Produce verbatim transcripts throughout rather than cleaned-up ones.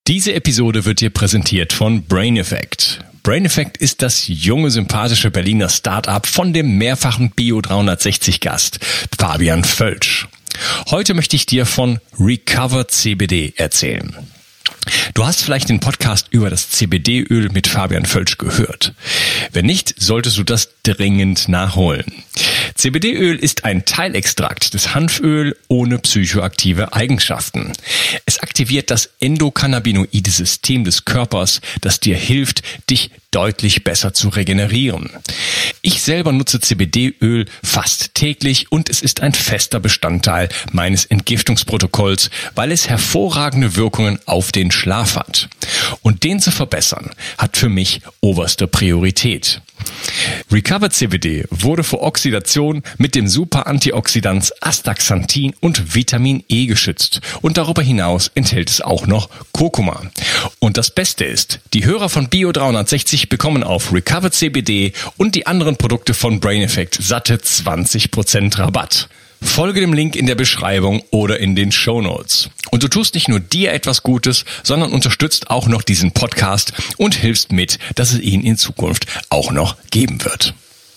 Diese Episode wird dir präsentiert von Brain Effect. Brain Effect ist das junge, sympathische Berliner Start-up von dem mehrfachen Bio dreihundertsechzig Gast, Fabian Völsch. Heute möchte ich dir von Recover C B D erzählen. Du hast vielleicht den Podcast über das C B D-Öl mit Fabian Völsch gehört. Wenn nicht, solltest du das dringend nachholen. C B D-Öl ist ein Teilextrakt des Hanföl ohne psychoaktive Eigenschaften. Es aktiviert das endokannabinoide System des Körpers, das dir hilft, dich deutlich besser zu regenerieren. Ich selber nutze C B D-Öl fast täglich und es ist ein fester Bestandteil meines Entgiftungsprotokolls, weil es hervorragende Wirkungen auf den Schlaf hat. Und den zu verbessern, hat für mich oberste Priorität. Recover C B D wurde vor Oxidation mit dem Super-Antioxidans Astaxanthin und Vitamin E geschützt und darüber hinaus enthält es auch noch Kurkuma. Und das Beste ist, die Hörer von Bio dreihundertsechzig bekommen auf Recover C B D und die anderen Produkte von Brain Effect satte zwanzig Prozent Rabatt. Folge dem Link in der Beschreibung oder in den Shownotes. Und du tust nicht nur dir etwas Gutes, sondern unterstützt auch noch diesen Podcast und hilfst mit, dass es ihn in Zukunft auch noch geben wird.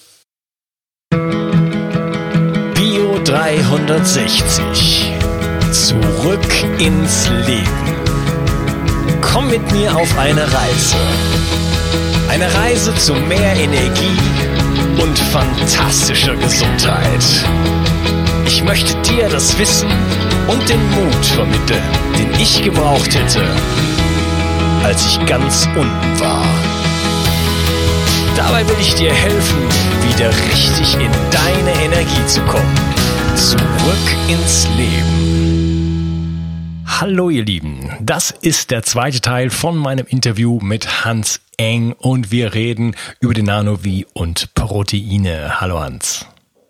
Bio dreihundertsechzig. Zurück ins Leben. Komm mit mir auf eine Reise. Eine Reise zu mehr Energie und fantastischer Gesundheit. Ich möchte dir das Wissen und den Mut vermitteln, den ich gebraucht hätte, als ich ganz unten war. Dabei will ich dir helfen, wieder richtig in deine Energie zu kommen. Zurück ins Leben. Hallo ihr Lieben, das ist der zweite Teil von meinem Interview mit Hans Eng und wir reden über den Nanovi und Proteine. Hallo Hans.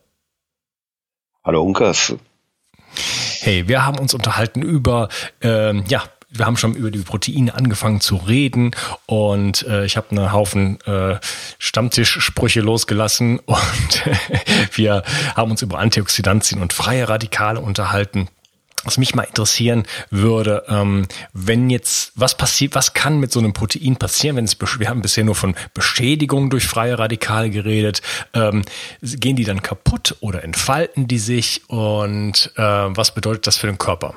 Hallo Unkas. Hey, wir haben uns unterhalten über, ähm, ja, wir haben schon über die Proteine angefangen zu reden und äh, ich habe einen Haufen äh, Stammtischsprüche losgelassen und wir haben uns über Antioxidantien und freie Radikale unterhalten. Was mich mal interessieren würde, ähm, wenn jetzt, was passiert, was kann mit so einem Protein passieren, wenn es, wir haben bisher nur von Beschädigung durch freie Radikale geredet, ähm, gehen die dann kaputt oder entfalten die sich und äh, was bedeutet das für den Körper?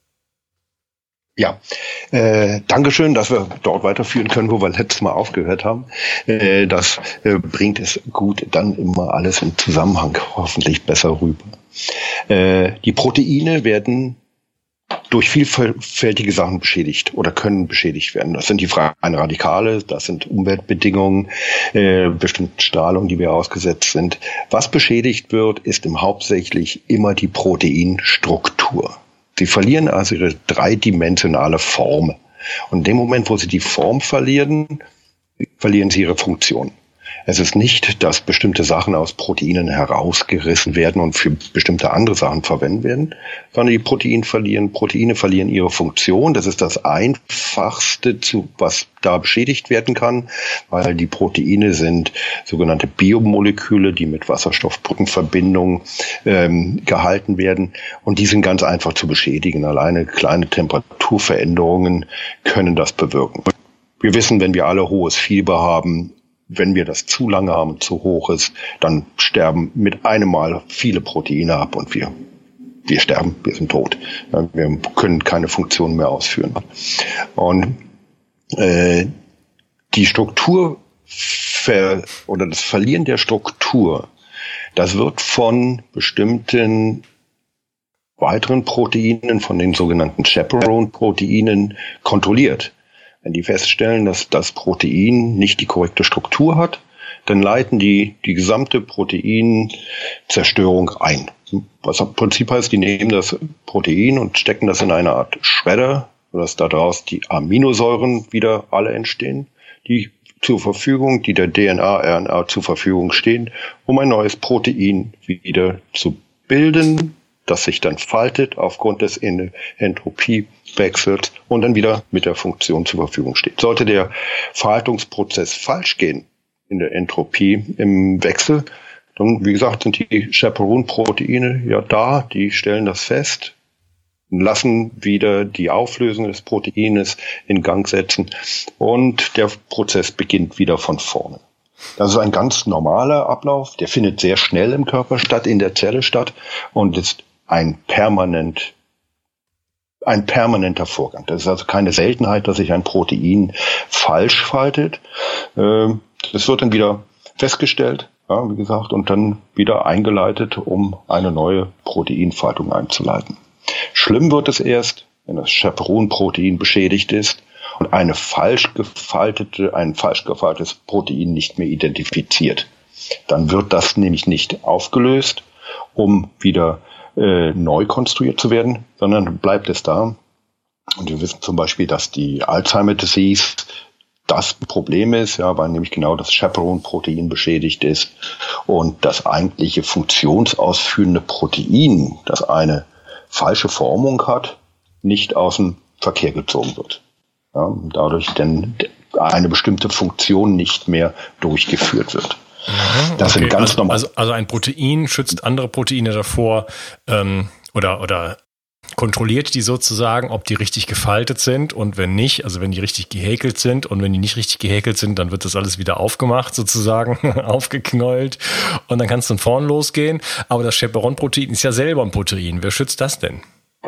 Ja, äh, Dankeschön, dass wir dort weiterführen können, wo wir letztes Mal aufgehört haben. Äh, das äh, bringt es gut dann immer alles im Zusammenhang hoffentlich besser rüber. Äh, die Proteine werden durch vielfältige Sachen beschädigt oder können beschädigt werden. Das sind die freien Radikale, das sind Umweltbedingungen, äh, bestimmte Strahlung, die wir ausgesetzt sind. Was beschädigt wird, ist im hauptsächlich immer die Proteinstruktur. Sie verlieren also ihre dreidimensionale Form. Und in dem Moment, wo sie die Form verlieren, verlieren sie ihre Funktion. Es ist nicht, dass bestimmte Sachen aus Proteinen herausgerissen werden und für bestimmte andere Sachen verwendet werden, sondern die Proteine verlieren, Proteine verlieren ihre Funktion. Das ist das Einfachste, zu, was da beschädigt werden kann, weil die Proteine sind sogenannte Biomoleküle, die mit Wasserstoffbrückenverbindungen ähm, gehalten werden. Und die sind ganz einfach zu beschädigen. Alleine kleine Temperaturveränderungen können das bewirken. Wir wissen, wenn wir alle hohes Fieber haben, wenn wir das zu lange haben und zu hoch ist, dann sterben mit einem Mal viele Proteine ab und wir, wir sterben, wir sind tot. Wir können keine Funktion mehr ausführen. Und äh, die Struktur ver- oder das Verlieren der Struktur, das wird von bestimmten weiteren Proteinen, von den sogenannten Chaperone-Proteinen kontrolliert. Wenn die feststellen, dass das Protein nicht die korrekte Struktur hat, dann leiten die die gesamte Proteinzerstörung ein. Was im Prinzip heißt, die nehmen das Protein und stecken das in eine Art Schredder, sodass daraus die Aminosäuren wieder alle entstehen, die zur Verfügung, die der D N A, R N A zur Verfügung stehen, um ein neues Protein wieder zu bilden, das sich dann faltet aufgrund des Entropiewechsels und dann wieder mit der Funktion zur Verfügung steht. Sollte der Faltungsprozess falsch gehen in der Entropie im Wechsel, dann, wie gesagt, sind die Chaperone-Proteine ja da, die stellen das fest, lassen wieder die Auflösung des Proteines in Gang setzen und der Prozess beginnt wieder von vorne. Das ist ein ganz normaler Ablauf, der findet sehr schnell im Körper statt, in der Zelle statt und ist ein permanent, ein permanenter Vorgang. Das ist also keine Seltenheit, dass sich ein Protein falsch faltet. Das wird dann wieder festgestellt, ja, wie gesagt, und dann wieder eingeleitet, um eine neue Proteinfaltung einzuleiten. Schlimm wird es erst, wenn das Chaperone-Protein beschädigt ist und eine falsch gefaltete, ein falsch gefaltetes Protein nicht mehr identifiziert. Dann wird das nämlich nicht aufgelöst, um wieder äh, neu konstruiert zu werden, sondern bleibt es da. Und wir wissen zum Beispiel, dass die Alzheimer-Disease das Problem ist, ja, weil nämlich genau das Chaperone-Protein beschädigt ist und das eigentliche funktionsausführende Protein, das eine falsche Formung hat, nicht aus dem Verkehr gezogen wird. Ja, dadurch denn eine bestimmte Funktion nicht mehr durchgeführt wird. Mhm, das okay. sind ganz also, normal. Also, also ein Protein schützt andere Proteine davor ähm, oder oder kontrolliert die sozusagen, ob die richtig gefaltet sind und wenn nicht, also wenn die richtig gehäkelt sind und wenn die nicht richtig gehäkelt sind, dann wird das alles wieder aufgemacht sozusagen, aufgeknäult und dann kann es von vorn losgehen. Aber das Chaperone-Protein ist ja selber ein Protein. Wer schützt das denn?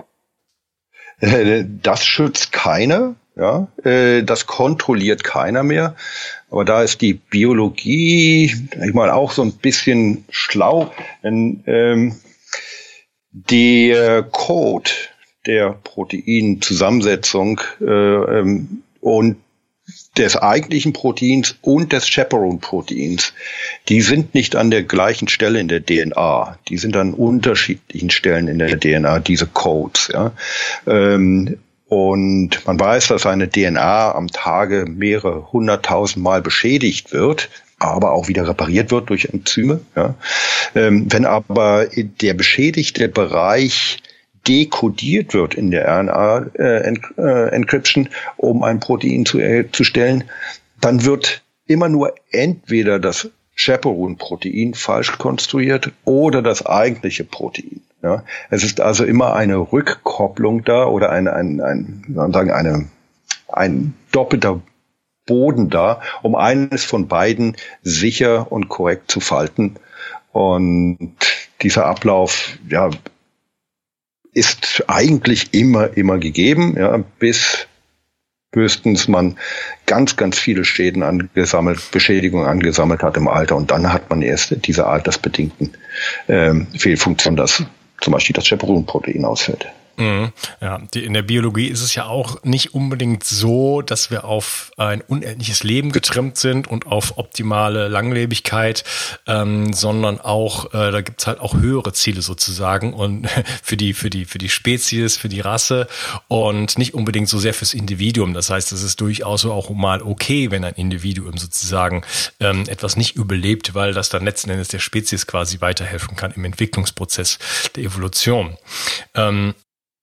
Das schützt keiner, ja, das kontrolliert keiner mehr. Aber da ist die Biologie, ich meine, auch so ein bisschen schlau, denn ähm, der Code der Proteinzusammensetzung äh, ähm, und des eigentlichen Proteins und des Chaperone-Proteins, die sind nicht an der gleichen Stelle in der D N A. Die sind an unterschiedlichen Stellen in der D N A, diese Codes. Ja. Ähm, und man weiß, dass eine D N A am Tage mehrere hunderttausend Mal beschädigt wird, aber auch wieder repariert wird durch Enzyme. Ja. Ähm, wenn aber der beschädigte Bereich dekodiert wird in der R N A-Encryption, äh, um ein Protein zu, äh, zu stellen, dann wird immer nur entweder das Chaperone-Protein falsch konstruiert oder das eigentliche Protein. Ja. Es ist also immer eine Rückkopplung da oder ein, ein, ein, sagen, eine, ein doppelter Boden da, um eines von beiden sicher und korrekt zu falten. Und dieser Ablauf, ja, ist eigentlich immer, immer gegeben, ja, bis höchstens man ganz, ganz viele Schäden angesammelt, Beschädigungen angesammelt hat im Alter und dann hat man erst diese altersbedingten ähm, Fehlfunktionen, dass zum Beispiel das Chaperone-Protein ausfällt. Mhm. Ja, die, in der Biologie ist es ja auch nicht unbedingt so, dass wir auf ein unendliches Leben getrimmt sind und auf optimale Langlebigkeit, ähm, sondern auch, äh, da gibt's halt auch höhere Ziele sozusagen und für die, für die, für die Spezies, für die Rasse und nicht unbedingt so sehr fürs Individuum. Das heißt, es ist durchaus auch mal okay, wenn ein Individuum sozusagen ähm, etwas nicht überlebt, weil das dann letzten Endes der Spezies quasi weiterhelfen kann im Entwicklungsprozess der Evolution. Ähm,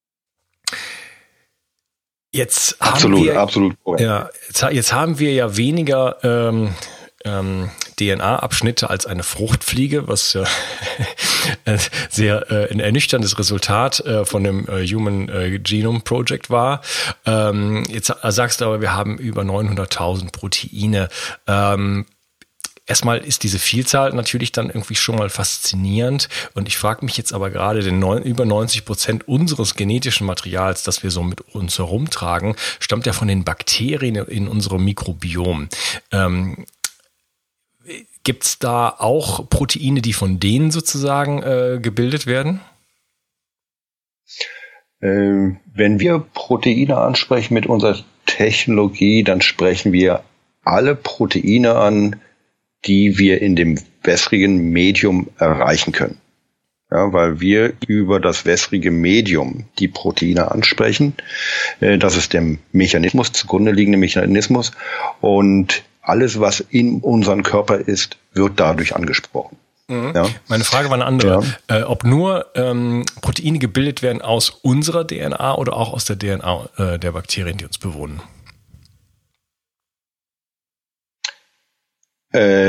Jetzt haben absolut, wir, absolut. Ja, jetzt, jetzt haben wir ja weniger ähm, ähm, D N A-Abschnitte als eine Fruchtfliege, was ja sehr äh, ein ernüchterndes Resultat äh, von dem äh, Human äh, Genome Project war. Ähm, jetzt sagst du aber, wir haben über neunhunderttausend Proteine. Ähm, Erstmal ist diese Vielzahl natürlich dann irgendwie schon mal faszinierend und ich frage mich jetzt aber gerade, denn neun, über neunzig Prozent unseres genetischen Materials, das wir so mit uns herumtragen, stammt ja von den Bakterien in unserem Mikrobiom. Ähm, Gibt es da auch Proteine, die von denen sozusagen äh, gebildet werden? Ähm, wenn wir Proteine ansprechen mit unserer Technologie, dann sprechen wir alle Proteine an, die wir in dem wässrigen Medium erreichen können. Ja, weil wir über das wässrige Medium die Proteine ansprechen. Das ist der Mechanismus, zugrunde liegende Mechanismus. Und alles, was in unserem Körper ist, wird dadurch angesprochen. Mhm. Ja. Meine Frage war eine andere. Ja. Äh, ob nur ähm, Proteine gebildet werden aus unserer D N A oder auch aus der D N A äh, der Bakterien, die uns bewohnen?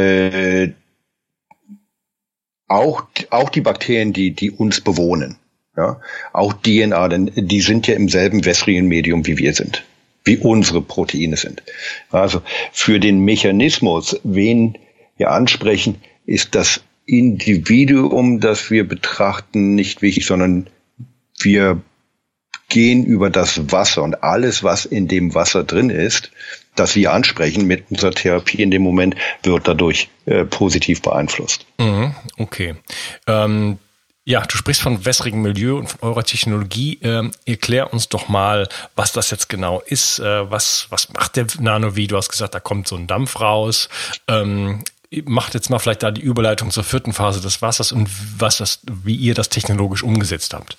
Äh, auch, auch die Bakterien, die, die uns bewohnen. Ja, auch D N A, denn die sind ja im selben wässrigen Medium, wie wir sind, wie unsere Proteine sind. Also für den Mechanismus, wen wir ansprechen, ist das Individuum, das wir betrachten, nicht wichtig, sondern wir gehen über das Wasser und alles, was in dem Wasser drin ist, das wir ansprechen mit unserer Therapie in dem Moment, wird dadurch äh, positiv beeinflusst. Mhm, okay. Ähm, ja, du sprichst von wässrigem Milieu und von eurer Technologie. Ähm, erklär uns doch mal, was das jetzt genau ist. Äh, was, was macht der Nanovi? Du hast gesagt, da kommt so ein Dampf raus. Ähm, macht jetzt mal vielleicht da die Überleitung zur vierten Phase des Wassers und was das, wie ihr das technologisch umgesetzt habt.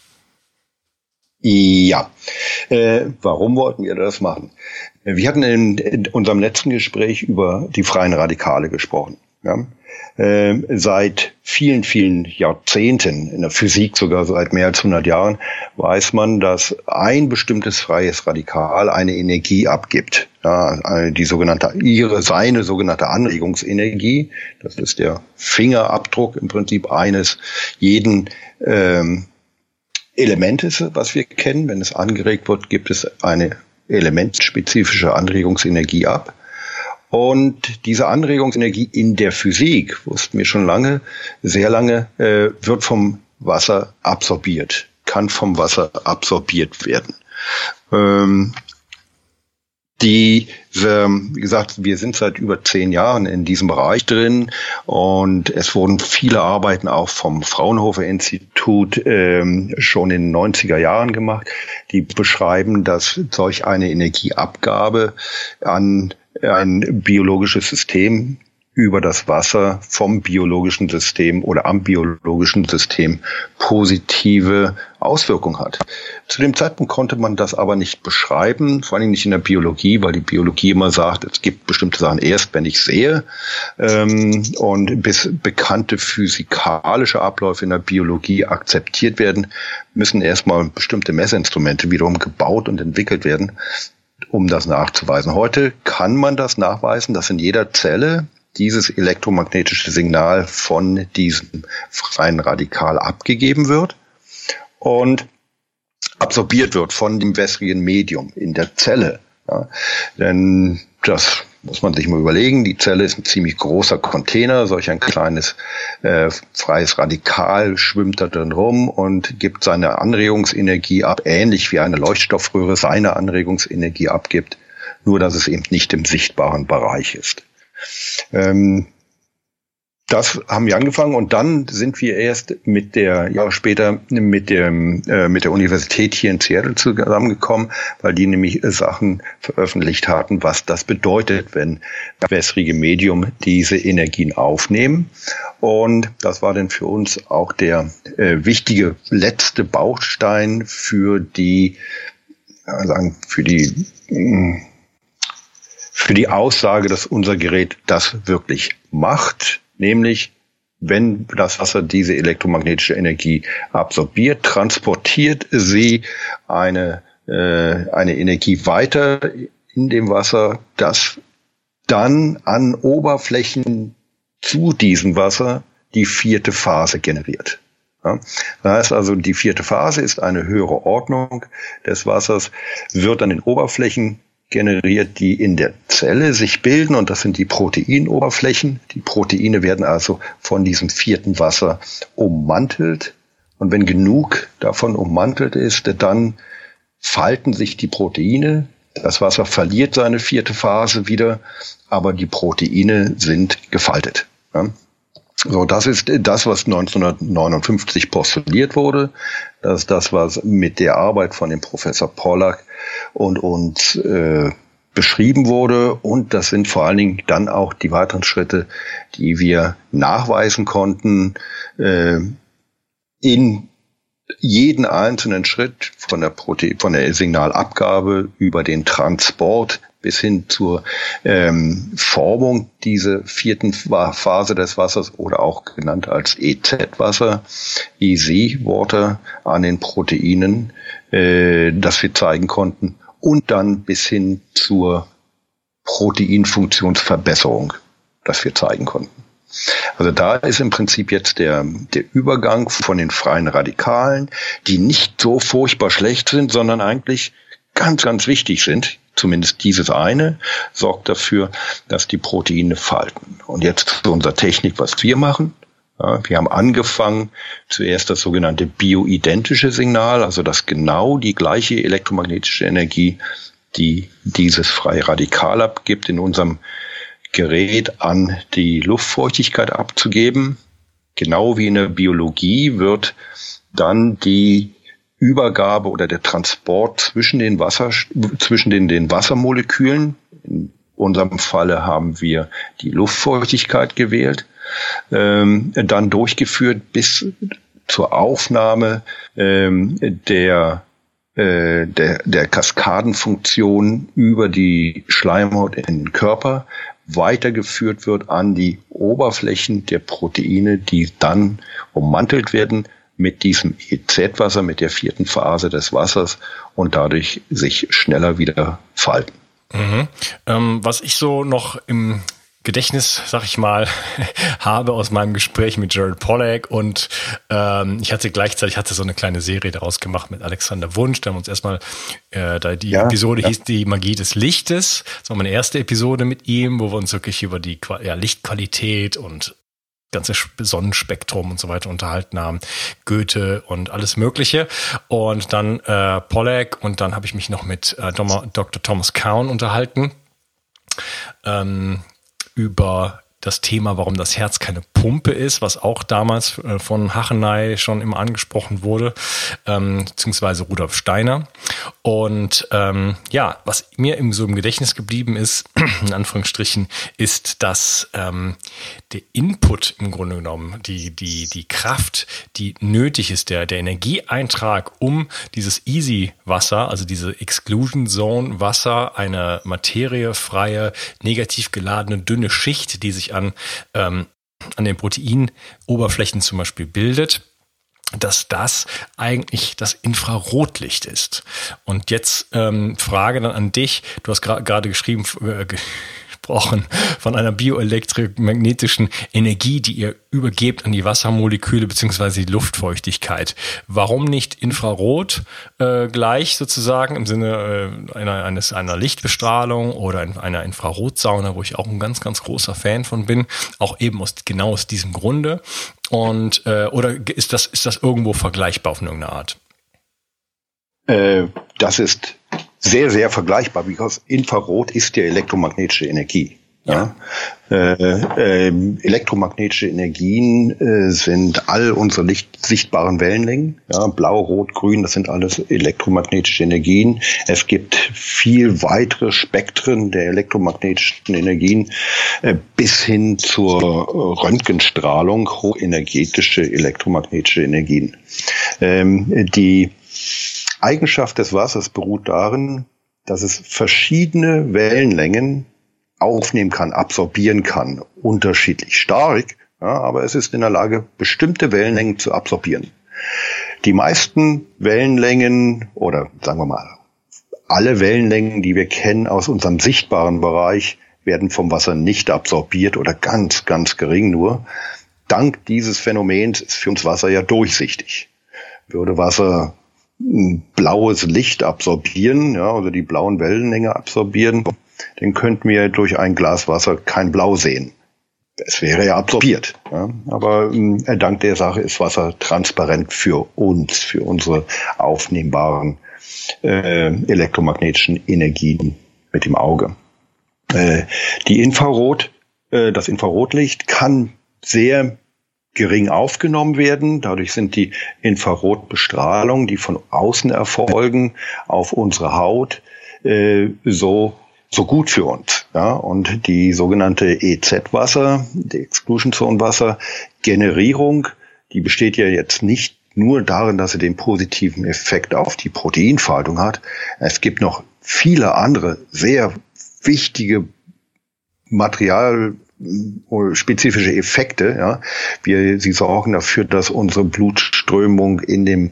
Ja, äh, warum wollten wir das machen? Wir hatten in, in unserem letzten Gespräch über die freien Radikale gesprochen. Ja? Äh, seit vielen, vielen Jahrzehnten, in der Physik sogar seit mehr als hundert Jahren, weiß man, dass ein bestimmtes freies Radikal eine Energie abgibt. Ja, die sogenannte, ihre, seine sogenannte Anregungsenergie. Das ist der Fingerabdruck im Prinzip eines jeden ähm, Elementes, was wir kennen. Wenn es angeregt wird, gibt es eine elementspezifische Anregungsenergie ab. Und diese Anregungsenergie in der Physik, wussten wir schon lange, sehr lange, äh, wird vom Wasser absorbiert, kann vom Wasser absorbiert werden. Ähm, Die, wie gesagt, wir sind seit über zehn Jahren in diesem Bereich drin und es wurden viele Arbeiten auch vom Fraunhofer Institut ähm, schon in den neunziger Jahren gemacht, die beschreiben, dass solch eine Energieabgabe an ein biologisches System über das Wasser vom biologischen System oder am biologischen System positive Auswirkungen hat. Zu dem Zeitpunkt konnte man das aber nicht beschreiben, vor allem nicht in der Biologie, weil die Biologie immer sagt, es gibt bestimmte Sachen erst, wenn ich sehe. Und bis bekannte physikalische Abläufe in der Biologie akzeptiert werden, müssen erstmal bestimmte Messinstrumente wiederum gebaut und entwickelt werden, um das nachzuweisen. Heute kann man das nachweisen, dass in jeder Zelle dieses elektromagnetische Signal von diesem freien Radikal abgegeben wird und absorbiert wird von dem wässrigen Medium in der Zelle. Ja, denn das muss man sich mal überlegen. Die Zelle ist ein ziemlich großer Container. Solch ein kleines äh, freies Radikal schwimmt da drin rum und gibt seine Anregungsenergie ab, ähnlich wie eine Leuchtstoffröhre seine Anregungsenergie abgibt, nur dass es eben nicht im sichtbaren Bereich ist. Ähm, das haben wir angefangen und dann sind wir erst mit der, Jahre später mit dem, äh, mit der Universität hier in Seattle zusammengekommen, weil die nämlich Sachen veröffentlicht hatten, was das bedeutet, wenn das wässrige Medium diese Energien aufnehmen. Und das war dann für uns auch der äh, wichtige letzte Baustein für die, äh, sagen, für die, mh, für die Aussage, dass unser Gerät das wirklich macht, nämlich wenn das Wasser diese elektromagnetische Energie absorbiert, transportiert sie eine äh, eine Energie weiter in dem Wasser, das dann an Oberflächen zu diesem Wasser die vierte Phase generiert. Ja, das heißt also, die vierte Phase ist eine höhere Ordnung des Wassers, wird an den Oberflächen generiert, die in der Zelle sich bilden, und das sind die Proteinoberflächen. Die Proteine werden also von diesem vierten Wasser ummantelt, und wenn genug davon ummantelt ist, dann falten sich die Proteine. Das Wasser verliert seine vierte Phase wieder, aber die Proteine sind gefaltet. Ja. So, das ist das, was neunzehnhundertneunundfünfzig postuliert wurde. Das ist das, was mit der Arbeit von dem Professor Pollack und uns äh, beschrieben wurde. Und das sind vor allen Dingen dann auch die weiteren Schritte, die wir nachweisen konnten, äh, in jeden einzelnen Schritt von der Prote- von der Signalabgabe über den Transport bis hin zur ähm, Formung dieser vierten Phase des Wassers, oder auch genannt als E Z-Wasser, E Z-Water, an den Proteinen, äh, das wir zeigen konnten, und dann bis hin zur Proteinfunktionsverbesserung, das wir zeigen konnten. Also da ist im Prinzip jetzt der, der Übergang von den freien Radikalen, die nicht so furchtbar schlecht sind, sondern eigentlich ganz, ganz wichtig sind. Zumindest dieses eine sorgt dafür, dass die Proteine falten. Und jetzt zu unserer Technik, was wir machen. Ja, wir haben angefangen, zuerst das sogenannte bioidentische Signal, also dass genau die gleiche elektromagnetische Energie, die dieses freie Radikal abgibt, in unserem Gerät an die Luftfeuchtigkeit abzugeben. Genau wie in der Biologie wird dann die Übergabe oder der Transport zwischen den Wasser, zwischen den, den Wassermolekülen, in unserem Falle haben wir die Luftfeuchtigkeit gewählt, ähm, dann durchgeführt bis zur Aufnahme ähm, der Der, der Kaskadenfunktion über die Schleimhaut in den Körper weitergeführt wird an die Oberflächen der Proteine, die dann ummantelt werden mit diesem E Z-Wasser, mit der vierten Phase des Wassers und dadurch sich schneller wieder falten. Mhm. Ähm, was ich so noch im Gedächtnis, sag ich mal, habe aus meinem Gespräch mit Jared Pollack und ähm, ich hatte gleichzeitig hatte so eine kleine Serie daraus gemacht mit Alexander Wunsch. Da haben wir uns erstmal äh, da die ja, Episode ja. hieß die Magie des Lichtes. Das war meine erste Episode mit ihm, wo wir uns wirklich über die ja, Lichtqualität und ganze Sonnenspektrum und so weiter unterhalten haben, Goethe und alles Mögliche. Und dann äh, Pollack und dann habe ich mich noch mit äh, Doktor Thomas Cowan unterhalten. Ähm, über das Thema, warum das Herz keine Pumpe ist, was auch damals äh, von Hachenay schon immer angesprochen wurde, ähm, beziehungsweise Rudolf Steiner. Und ähm, ja, was mir im, so im Gedächtnis geblieben ist, in Anführungsstrichen, ist, dass ähm, der Input im Grunde genommen, die die die Kraft, die nötig ist, der der Energieeintrag, um dieses Easy-Wasser, also diese Exclusion Zone Wasser, eine materiefreie, negativ geladene, dünne Schicht, die sich an ähm, an den Proteinoberflächen zum Beispiel bildet, dass das eigentlich das Infrarotlicht ist. Und jetzt ähm, Frage dann an dich, du hast gerade gra- geschrieben, äh, gesprochen von einer bioelektromagnetischen Energie, die ihr übergebt an die Wassermoleküle beziehungsweise die Luftfeuchtigkeit. Warum nicht Infrarot äh, gleich sozusagen im Sinne äh, einer, eines, einer Lichtbestrahlung oder in einer Infrarotsauna, wo ich auch ein ganz, ganz großer Fan von bin, auch eben aus, genau aus diesem Grunde. Und äh, oder ist das, ist das irgendwo vergleichbar auf irgendeine Art? Äh, das ist sehr, sehr vergleichbar, because Infrarot ist ja elektromagnetische Energie. Ja. Ja. Äh, äh, elektromagnetische Energien äh, sind all unsere Licht sichtbaren Wellenlängen. Ja, Blau, Rot, Grün, das sind alles elektromagnetische Energien. Es gibt viel weitere Spektren der elektromagnetischen Energien äh, bis hin zur äh, Röntgenstrahlung, hochenergetische elektromagnetische Energien. Ähm, die Eigenschaft des Wassers beruht darin, dass es verschiedene Wellenlängen aufnehmen kann, absorbieren kann, unterschiedlich stark, ja, aber es ist in der Lage, bestimmte Wellenlängen zu absorbieren. Die meisten Wellenlängen oder sagen wir mal, alle Wellenlängen, die wir kennen aus unserem sichtbaren Bereich, werden vom Wasser nicht absorbiert oder ganz, ganz gering nur. Dank dieses Phänomens ist für uns Wasser ja durchsichtig. Würde Wasser blaues Licht absorbieren, ja, also die blauen Wellenlänge absorbieren, dann könnten wir durch ein Glas Wasser kein Blau sehen. Es wäre ja absorbiert. Ja, aber äh, dank der Sache ist Wasser transparent für uns, für unsere aufnehmbaren äh, elektromagnetischen Energien mit dem Auge. Äh, die Infrarot, äh, das Infrarotlicht kann sehr gering aufgenommen werden. Dadurch sind die Infrarotbestrahlungen, die von außen erfolgen, auf unsere Haut äh, so so gut für uns. Ja, und die sogenannte E Z-Wasser, die Exclusion Zone Wasser Generierung, die besteht ja jetzt nicht nur darin, dass sie den positiven Effekt auf die Proteinfaltung hat. Es gibt noch viele andere sehr wichtige Material spezifische Effekte, ja. Wir, sie sorgen dafür, dass unsere Blutströmung in dem,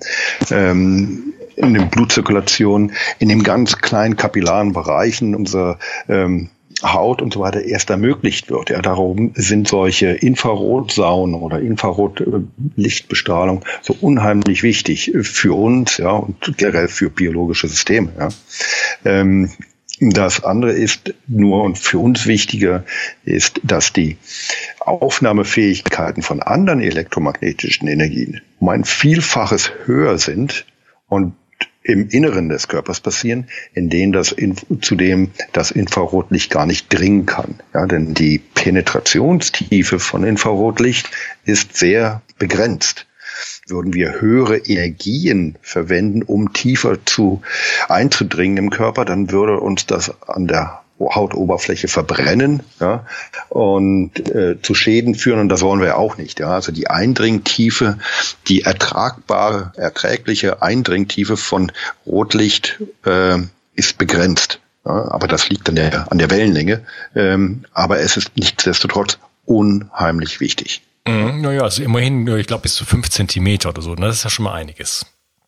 ähm, in den Blutzirkulation, in den ganz kleinen kapillaren Bereichen unserer, ähm, Haut und so weiter erst ermöglicht wird. Ja, darum sind solche Infrarotsaunen oder Infrarotlichtbestrahlung so unheimlich wichtig für uns, ja, und generell für biologische Systeme. Ja. Ähm, Das andere ist nur und für uns wichtiger ist, dass die Aufnahmefähigkeiten von anderen elektromagnetischen Energien um ein Vielfaches höher sind und im Inneren des Körpers passieren, in denen das zudem das Infrarotlicht gar nicht dringen kann. Ja, denn die Penetrationstiefe von Infrarotlicht ist sehr begrenzt. Würden wir höhere Energien verwenden, um tiefer zu einzudringen im Körper, dann würde uns das an der Hautoberfläche verbrennen, ja, und äh, zu Schäden führen, und das wollen wir ja auch nicht. Ja. Also die Eindringtiefe, die ertragbare, erträgliche Eindringtiefe von Rotlicht äh, ist begrenzt. Ja. Aber das liegt an der, an der Wellenlänge. Ähm, aber es ist nichtsdestotrotz unheimlich wichtig. Mhm, naja, also immerhin, ich glaube, bis zu fünf Zentimeter oder so. Das ist ja schon mal einiges.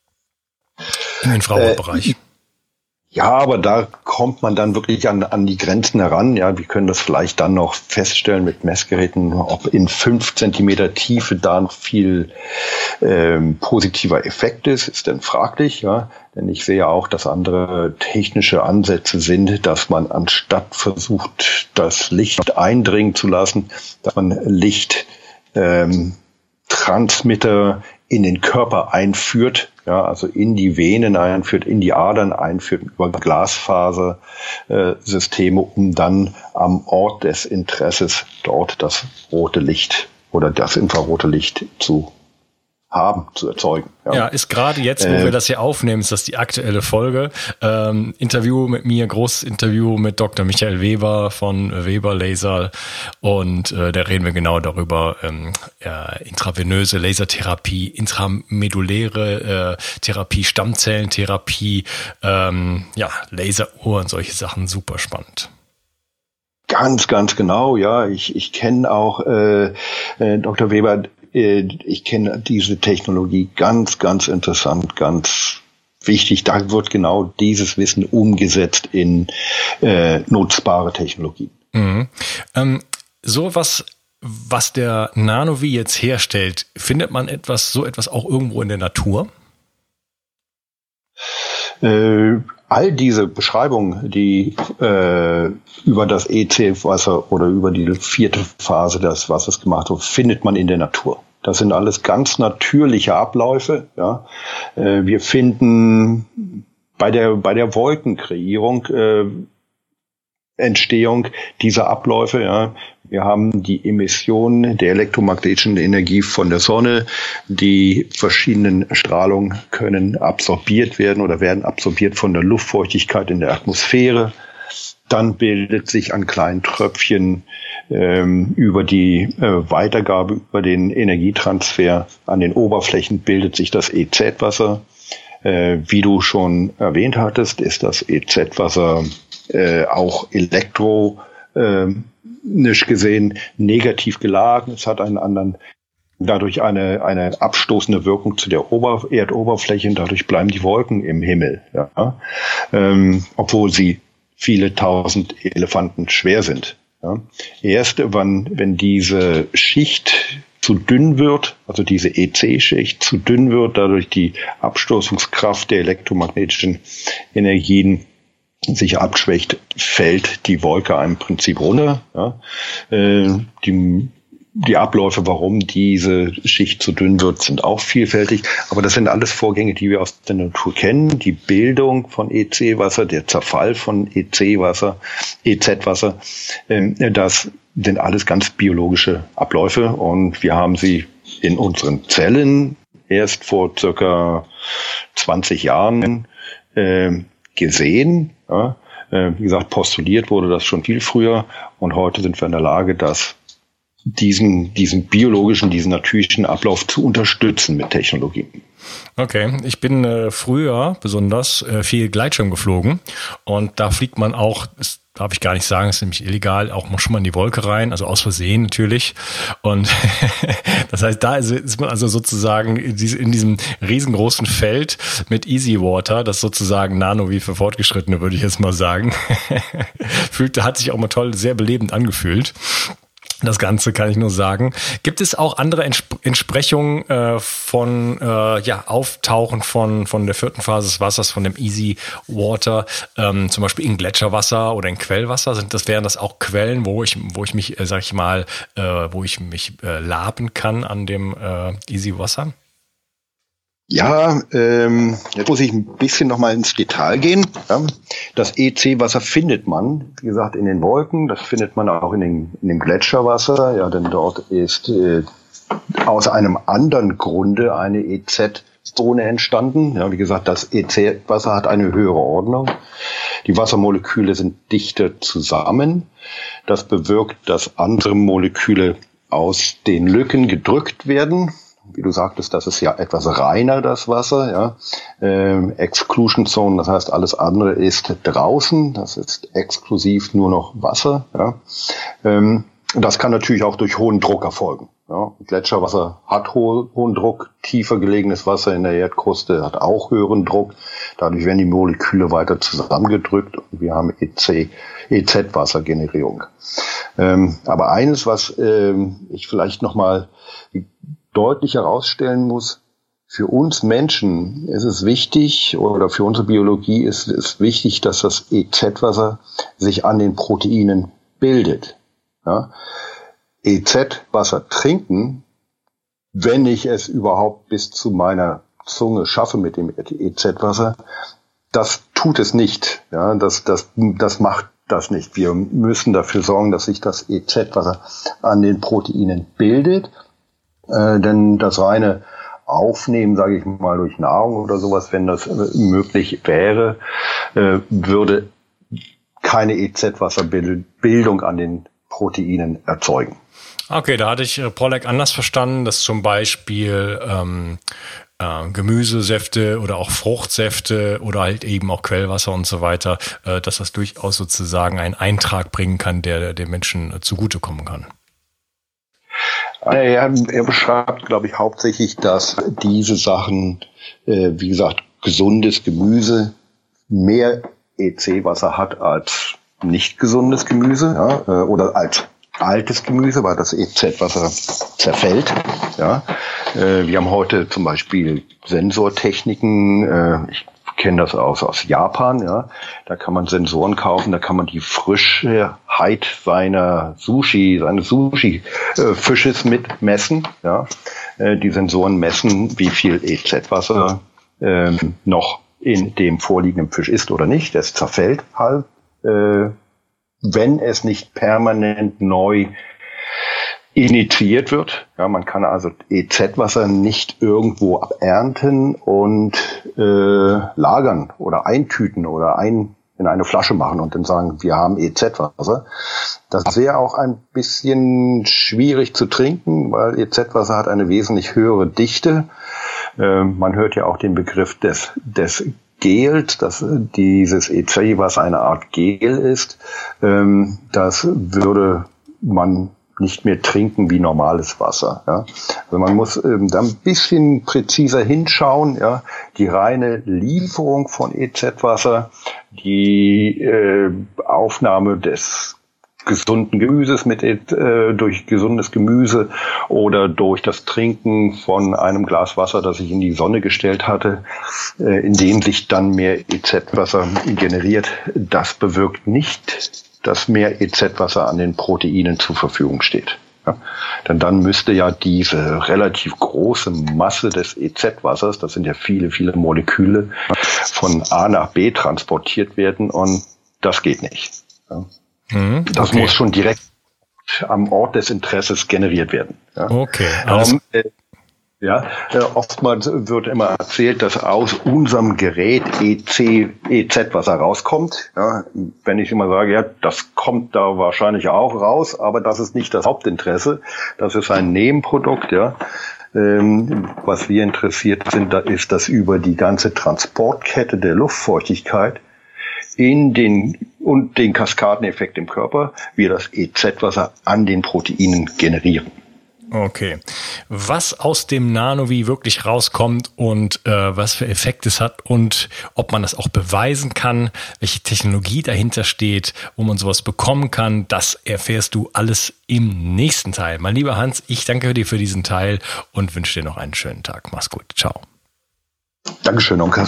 Im Infrarotbereich. Äh, ja, aber da kommt man dann wirklich an, an die Grenzen heran. Ja, wir können das vielleicht dann noch feststellen mit Messgeräten, ob in fünf Zentimeter Tiefe da noch viel ähm, positiver Effekt ist, ist dann fraglich. Ja, denn ich sehe auch, dass andere technische Ansätze sind, dass man anstatt versucht, das Licht eindringen zu lassen, dass man Licht Ähm, Transmitter in den Körper einführt, ja, also in die Venen einführt, in die Adern einführt, über Glasfasersysteme, äh, um dann am Ort des Interesses dort das rote Licht oder das infrarote Licht zu haben, zu erzeugen. Ja, ja, ist gerade jetzt, wo äh, wir das hier aufnehmen, ist das die aktuelle Folge. Ähm, Interview mit mir, großes Interview mit Doktor Michael Weber von Weber Laser, und äh, da reden wir genau darüber, ähm, ja, intravenöse Lasertherapie, intrameduläre äh, Therapie, Stammzellentherapie, ähm, ja, Laseruhr und solche Sachen, super spannend. Ganz, ganz genau, ja. Ich, ich kenne auch äh, äh, Doktor Weber. Ich kenne diese Technologie ganz, ganz interessant, ganz wichtig. Da wird genau dieses Wissen umgesetzt in äh, nutzbare Technologien. Mhm. Ähm, so was, was der Nanovi jetzt herstellt, findet man etwas, so etwas auch irgendwo in der Natur? Äh, all diese Beschreibungen, die äh, über das E C-Wasser oder über die vierte Phase des Wassers gemacht wird, findet man in der Natur. Das sind alles ganz natürliche Abläufe. Ja. Äh, wir finden bei der bei der Wolkenkreierung äh, Entstehung dieser Abläufe. Ja. Wir haben die Emission der elektromagnetischen Energie von der Sonne. Die verschiedenen Strahlungen können absorbiert werden oder werden absorbiert von der Luftfeuchtigkeit in der Atmosphäre. Dann bildet sich an kleinen Tröpfchen ähm, über die äh, Weitergabe, über den Energietransfer an den Oberflächen bildet sich das E Z-Wasser. Äh, wie du schon erwähnt hattest, ist das E Z-Wasser äh, auch elektro äh, nicht gesehen negativ geladen. Es hat einen anderen, dadurch eine eine abstoßende Wirkung zu der Ober- Erdoberfläche, und dadurch bleiben die Wolken im Himmel, ja? ähm, obwohl sie viele tausend Elefanten schwer sind. Ja? Erst wann, wenn diese Schicht zu dünn wird, also diese E C-Schicht zu dünn wird, dadurch die Abstoßungskraft der elektromagnetischen Energien sich abschwächt, fällt die Wolke im Prinzip runter. Ja. Äh, die, die Abläufe, warum diese Schicht zu dünn wird, sind auch vielfältig. Aber das sind alles Vorgänge, die wir aus der Natur kennen. Die Bildung von E C-Wasser, der Zerfall von E C-Wasser, E Z-Wasser, äh, das sind alles ganz biologische Abläufe. Und wir haben sie in unseren Zellen erst vor circa zwanzig Jahren äh, gesehen. Ja, äh, wie gesagt, postuliert wurde das schon viel früher, und heute sind wir in der Lage, das diesen, diesen biologischen, diesen natürlichen Ablauf zu unterstützen mit Technologien. Okay, ich bin äh, früher besonders äh, viel Gleitschirm geflogen und da fliegt man auch, das darf ich gar nicht sagen, ist nämlich illegal, auch mal schon mal in die Wolke rein, also aus Versehen natürlich. Und das heißt, da ist, ist man also sozusagen in, diese, in diesem riesengroßen Feld mit Easy Water, das sozusagen Nano wie für Fortgeschrittene, würde ich jetzt mal sagen. Fühlte, hat sich auch mal toll, sehr belebend angefühlt. Das Ganze kann ich nur sagen. Gibt es auch andere Entsp- Entsprechungen äh, von äh, ja Auftauchen von von der vierten Phase des Wassers, von dem Easy Water, ähm, zum Beispiel in Gletscherwasser oder in Quellwasser? Sind das wären das auch Quellen, wo ich wo ich mich, äh, sag ich mal, äh, wo ich mich äh, laben kann an dem äh, Easy Wasser? Ja, ähm, jetzt muss ich ein bisschen noch mal ins Detail gehen. Ja. Das E C-Wasser findet man, wie gesagt, in den Wolken. Das findet man auch in, den, in dem Gletscherwasser. Ja, denn dort ist äh, aus einem anderen Grunde eine E Z-Zone entstanden. Ja, wie gesagt, das E C-Wasser hat eine höhere Ordnung. Die Wassermoleküle sind dichter zusammen. Das bewirkt, dass andere Moleküle aus den Lücken gedrückt werden. Wie du sagtest, das ist ja etwas reiner, das Wasser, ja. Ähm, Exclusion Zone, das heißt, alles andere ist draußen, das ist exklusiv nur noch Wasser, ja. Ähm, das kann natürlich auch durch hohen Druck erfolgen. Ja. Gletscherwasser hat ho- hohen Druck, tiefer gelegenes Wasser in der Erdkruste hat auch höheren Druck. Dadurch werden die Moleküle weiter zusammengedrückt und wir haben E C, E Z-Wassergenerierung. Ähm, aber eines, was ähm, ich vielleicht nochmal deutlich herausstellen muss, für uns Menschen ist es wichtig, oder für unsere Biologie ist es wichtig, dass das E Z-Wasser sich an den Proteinen bildet. Ja? E Z-Wasser trinken, wenn ich es überhaupt bis zu meiner Zunge schaffe mit dem E Z-Wasser, das tut es nicht. Ja? Das, das, das macht das nicht. Wir müssen dafür sorgen, dass sich das E Z-Wasser an den Proteinen bildet. Äh, denn das reine Aufnehmen, sage ich mal, durch Nahrung oder sowas, wenn das äh, möglich wäre, äh, würde keine E Z-Wasserbildung an den Proteinen erzeugen. Okay, da hatte ich äh, Pollack anders verstanden, dass zum Beispiel ähm, äh, Gemüsesäfte oder auch Fruchtsäfte oder halt eben auch Quellwasser und so weiter, äh, dass das durchaus sozusagen einen Eintrag bringen kann, der dem Menschen äh, zugutekommen kann. Er, er beschreibt, glaube ich, hauptsächlich, dass diese Sachen, äh, wie gesagt, gesundes Gemüse mehr E C-Wasser hat als nicht gesundes Gemüse, ja, äh, oder als altes Gemüse, weil das E Z-Wasser zerfällt. Ja. Äh, wir haben heute zum Beispiel Sensortechniken, äh, ich kenne das aus, aus Japan, ja. Da kann man Sensoren kaufen, da kann man die Frischheit seiner Sushi, seines Sushi-Fisches mit messen, ja. Äh, die Sensoren messen, wie viel E Z-Wasser ähm, noch in dem vorliegenden Fisch ist oder nicht. Es zerfällt halt, äh, wenn es nicht permanent neu initiiert wird. Ja, man kann also E Z-Wasser nicht irgendwo ernten und äh, lagern oder eintüten oder ein in eine Flasche machen und dann sagen, wir haben E Z-Wasser. Das wäre auch ein bisschen schwierig zu trinken, weil E Z-Wasser hat eine wesentlich höhere Dichte. Äh, man hört ja auch den Begriff des, des Gels, dass dieses E Z-Wasser eine Art Gel ist. Ähm, das würde man nicht mehr trinken wie normales Wasser. Ja. Also man muss ähm, da ein bisschen präziser hinschauen. Ja. Die reine Lieferung von E Z-Wasser, die äh, Aufnahme des gesunden Gemüses mit äh, durch gesundes Gemüse oder durch das Trinken von einem Glas Wasser, das ich in die Sonne gestellt hatte, äh, in dem sich dann mehr E Z-Wasser generiert, das bewirkt nicht, dass mehr E Z-Wasser an den Proteinen zur Verfügung steht. Ja? Denn dann müsste ja diese relativ große Masse des E Z-Wassers, das sind ja viele, viele Moleküle, von A nach B transportiert werden und das geht nicht. Ja? Mhm, das okay. muss schon direkt am Ort des Interesses generiert werden. Ja? Okay. Alles Darum, äh, Ja, äh, oftmals wird immer erzählt, dass aus unserem Gerät E C, E Z, was da rauskommt. Ja, wenn ich immer sage, ja, das kommt da wahrscheinlich auch raus, aber das ist nicht das Hauptinteresse. Das ist ein Nebenprodukt, ja. Ähm, was wir interessiert sind, da ist, dass über die ganze Transportkette der Luftfeuchtigkeit in den und den Kaskadeneffekt im Körper wir das E Z-Wasser an den Proteinen generieren. Okay. Was aus dem Nanovi wirklich rauskommt und äh, was für Effekte es hat und ob man das auch beweisen kann, welche Technologie dahinter steht, wo man sowas bekommen kann, das erfährst du alles im nächsten Teil. Mein lieber Hans, ich danke dir für diesen Teil und wünsche dir noch einen schönen Tag. Mach's gut. Ciao. Dankeschön, Onkel.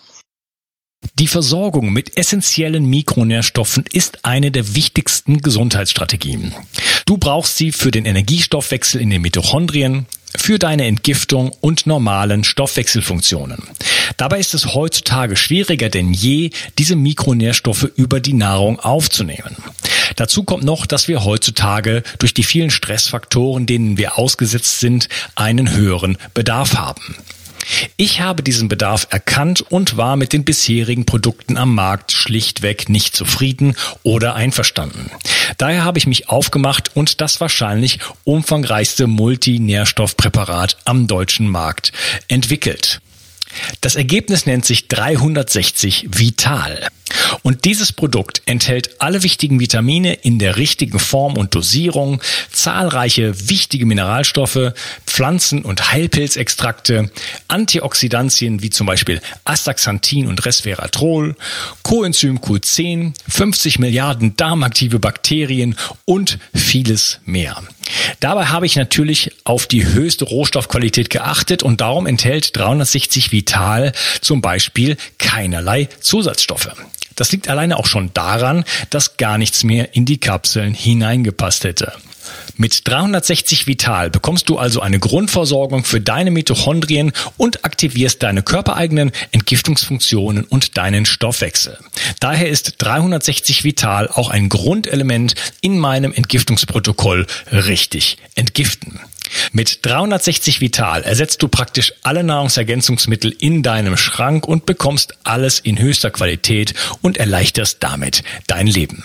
Die Versorgung mit essentiellen Mikronährstoffen ist eine der wichtigsten Gesundheitsstrategien. Du brauchst sie für den Energiestoffwechsel in den Mitochondrien, für deine Entgiftung und normalen Stoffwechselfunktionen. Dabei ist es heutzutage schwieriger denn je, diese Mikronährstoffe über die Nahrung aufzunehmen. Dazu kommt noch, dass wir heutzutage durch die vielen Stressfaktoren, denen wir ausgesetzt sind, einen höheren Bedarf haben. Ich habe diesen Bedarf erkannt und war mit den bisherigen Produkten am Markt schlichtweg nicht zufrieden oder einverstanden. Daher habe ich mich aufgemacht und das wahrscheinlich umfangreichste Multinährstoffpräparat am deutschen Markt entwickelt. Das Ergebnis nennt sich dreihundertsechzig Vital. Und dieses Produkt enthält alle wichtigen Vitamine in der richtigen Form und Dosierung, zahlreiche wichtige Mineralstoffe, Pflanzen- und Heilpilzextrakte, Antioxidantien wie zum Beispiel Astaxanthin und Resveratrol, Coenzym Q zehn, fünfzig Milliarden darmaktive Bakterien und vieles mehr. Dabei habe ich natürlich auf die höchste Rohstoffqualität geachtet und darum enthält dreihundertsechzig Vital zum Beispiel keinerlei Zusatzstoffe. Das liegt alleine auch schon daran, dass gar nichts mehr in die Kapseln hineingepasst hätte. Mit dreihundertsechzig Vital bekommst du also eine Grundversorgung für deine Mitochondrien und aktivierst deine körpereigenen Entgiftungsfunktionen und deinen Stoffwechsel. Daher ist dreihundertsechzig Vital auch ein Grundelement in meinem Entgiftungsprotokoll richtig entgiften. Mit dreihundertsechzig Vital ersetzt du praktisch alle Nahrungsergänzungsmittel in deinem Schrank und bekommst alles in höchster Qualität und erleichterst damit dein Leben.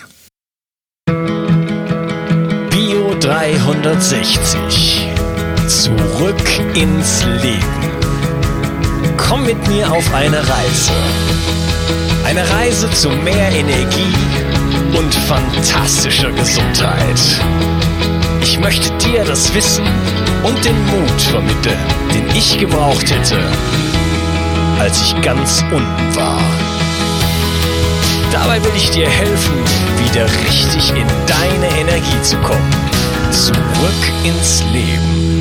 Bio dreihundertsechzig. Zurück ins Leben. Komm mit mir auf eine Reise. Eine Reise zu mehr Energie und fantastischer Gesundheit. Ich möchte dir das Wissen und den Mut vermitteln, den ich gebraucht hätte, als ich ganz unten war. Dabei will ich dir helfen, wieder richtig in deine Energie zu kommen. Zurück ins Leben.